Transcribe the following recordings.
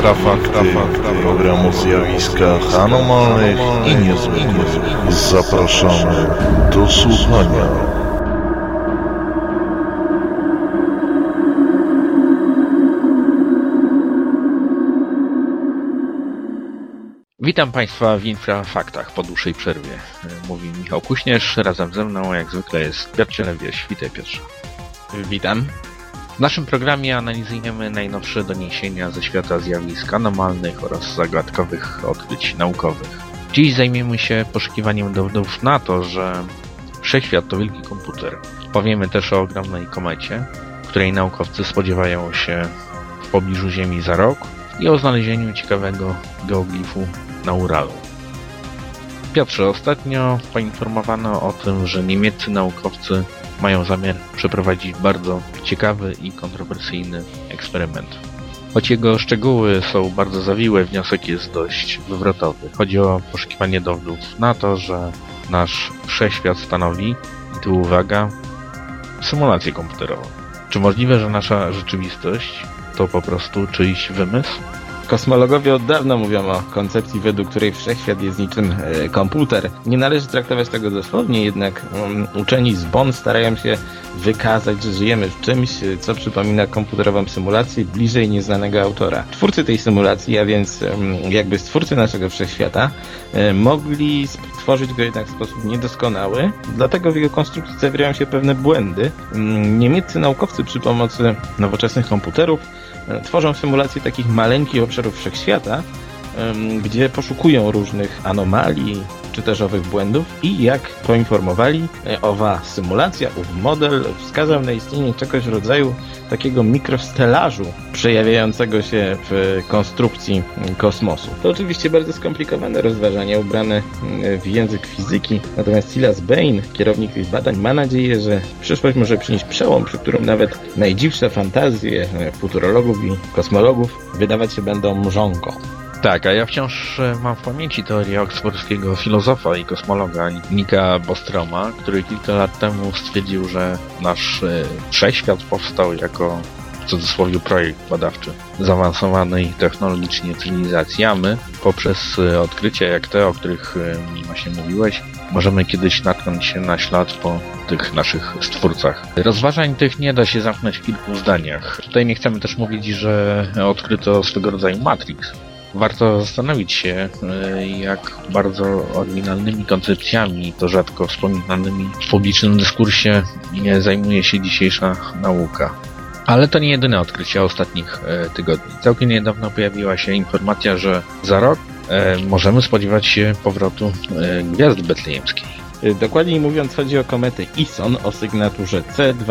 Infrafakty, program o zjawiskach anomalnych i niezwykłych. Zapraszamy do słuchania. Witam Państwa w Infrafaktach po dłuższej przerwie. Mówi Michał Kuśnierz, razem ze mną jak zwykle jest Piotr Cielewieś. Witaj Piotrze. Witam. W naszym programie analizujemy najnowsze doniesienia ze świata zjawisk anomalnych oraz zagadkowych odkryć naukowych. Dziś zajmiemy się poszukiwaniem dowodów na to, że Wszechświat to wielki komputer. Powiemy też o ogromnej komecie, której naukowcy spodziewają się w pobliżu Ziemi za rok, i o znalezieniu ciekawego geoglifu na Uralu. Piotrze, ostatnio poinformowano o tym, że niemieccy naukowcy mają zamiar przeprowadzić bardzo ciekawy i kontrowersyjny eksperyment. Choć jego szczegóły są bardzo zawiłe, wniosek jest dość wywrotowy. Chodzi o poszukiwanie dowodów na to, że nasz wszechświat stanowi, i tu uwaga, symulację komputerową. Czy możliwe, że nasza rzeczywistość to po prostu czyjś wymysł? Kosmologowie od dawna mówią o koncepcji, według której wszechświat jest niczym komputer. Nie należy traktować tego dosłownie, jednak uczeni z Bonn starają się wykazać, że żyjemy w czymś, co przypomina komputerową symulację bliżej nieznanego autora. Twórcy tej symulacji, a więc jakby stwórcy naszego wszechświata, mogli stworzyć go jednak w sposób niedoskonały, dlatego w jego konstrukcji zawierają się pewne błędy. Niemieccy naukowcy przy pomocy nowoczesnych komputerów tworzą symulacje takich maleńkich obszarów wszechświata, gdzie poszukują różnych anomalii czy też owych błędów i jak poinformowali, owa symulacja, ów model wskazał na istnienie czegoś w rodzaju takiego mikrostelażu przejawiającego się w konstrukcji kosmosu. To oczywiście bardzo skomplikowane rozważania ubrane w język fizyki, natomiast Silas Bain, kierownik tych badań, ma nadzieję, że przyszłość może przynieść przełom, przy którym nawet najdziwsze fantazje futurologów i kosmologów wydawać się będą mrzonką. Tak, a ja wciąż mam w pamięci teorię oksfordzkiego filozofa i kosmologa Nicka Bostroma, który kilka lat temu stwierdził, że nasz wszechświat powstał jako, w cudzysłowie, projekt badawczy zaawansowanej technologicznie cywilizacji, a my poprzez odkrycia jak te, o których właśnie mówiłeś, możemy kiedyś natknąć się na ślad po tych naszych stwórcach. Rozważań tych nie da się zamknąć w kilku zdaniach. Tutaj nie chcemy też mówić, że odkryto swego rodzaju Matrix. Warto zastanowić się, jak bardzo oryginalnymi koncepcjami, to rzadko wspominanymi w publicznym dyskursie, zajmuje się dzisiejsza nauka. Ale to nie jedyne odkrycie ostatnich tygodni. Całkiem niedawno pojawiła się informacja, że za rok możemy spodziewać się powrotu gwiazdy betlejemskiej. Dokładniej mówiąc, chodzi o kometę Ison o sygnaturze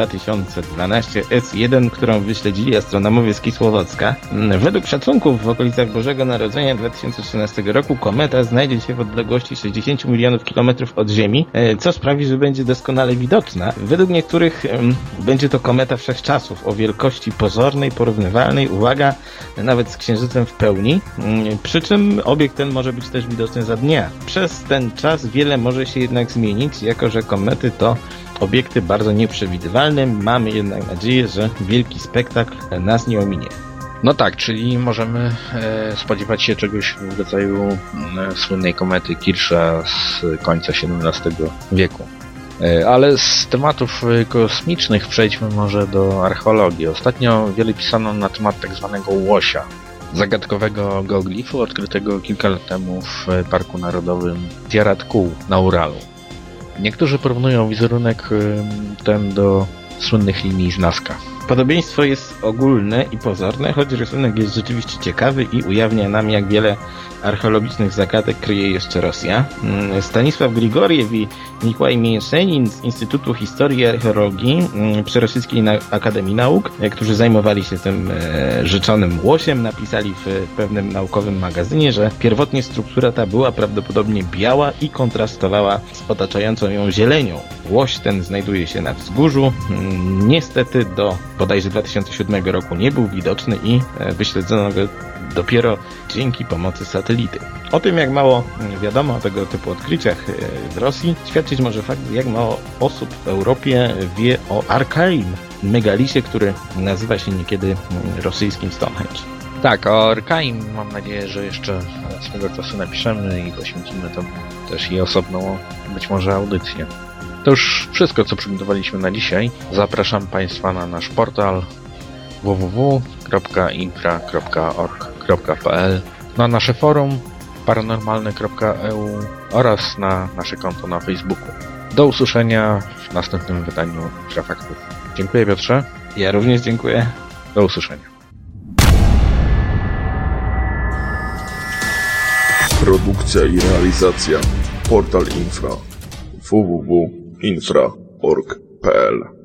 C2012S1, którą wyśledzili astronomowie z Kisłowocka. Według szacunków w okolicach Bożego Narodzenia 2013 roku kometa znajdzie się w odległości 60 milionów kilometrów od Ziemi, co sprawi, że będzie doskonale widoczna. Według niektórych będzie to kometa wszechczasów o wielkości pozornej, porównywalnej, uwaga, nawet z Księżycem w pełni, przy czym obiekt ten może być też widoczny za dnia. Przez ten czas wiele może się jednak zmienić, jako że komety to obiekty bardzo nieprzewidywalne. Mamy jednak nadzieję, że wielki spektakl nas nie ominie. No tak, czyli możemy spodziewać się czegoś w rodzaju słynnej komety Kirscha z końca XVII wieku. Ale z tematów kosmicznych przejdźmy może do archeologii. Ostatnio wiele pisano na temat tak zwanego łosia, zagadkowego geoglifu odkrytego kilka lat temu w Parku Narodowym Tiarat Kul na Uralu. Niektórzy porównują wizerunek ten do słynnych linii z Nazca. Podobieństwo jest ogólne i pozorne, choć rysunek jest rzeczywiście ciekawy i ujawnia nam, jak wiele archeologicznych zagadek kryje jeszcze Rosja. Stanisław Grigoriew i Nikłaj Mięszenin z Instytutu Historii i Archeologii przy Rosyjskiej Akademii Nauk, którzy zajmowali się tym rzeczonym łosiem, napisali w pewnym naukowym magazynie, że pierwotnie struktura ta była prawdopodobnie biała i kontrastowała z otaczającą ją zielenią. Łoś ten znajduje się na wzgórzu. Niestety do bodajże 2007 roku nie był widoczny i wyśledzono go dopiero dzięki pomocy satelity. O tym, jak mało wiadomo o tego typu odkryciach w Rosji, świadczyć może fakt, jak mało osób w Europie wie o Arkaim, megalisie, który nazywa się niekiedy rosyjskim Stonehenge. Tak, o Orkaim mam nadzieję, że jeszcze swego czasu napiszemy i poświęcimy to też i osobną, być może audycję. To już wszystko, co przygotowaliśmy na dzisiaj. Zapraszam Państwa na nasz portal www.infra.org.pl, na nasze forum paranormalne.eu oraz na nasze konto na Facebooku. Do usłyszenia w następnym wydaniu Infrafaktów. Dziękuję, Piotrze. Ja również dziękuję. Do usłyszenia. Produkcja i realizacja Portal Infra www.infra.org.pl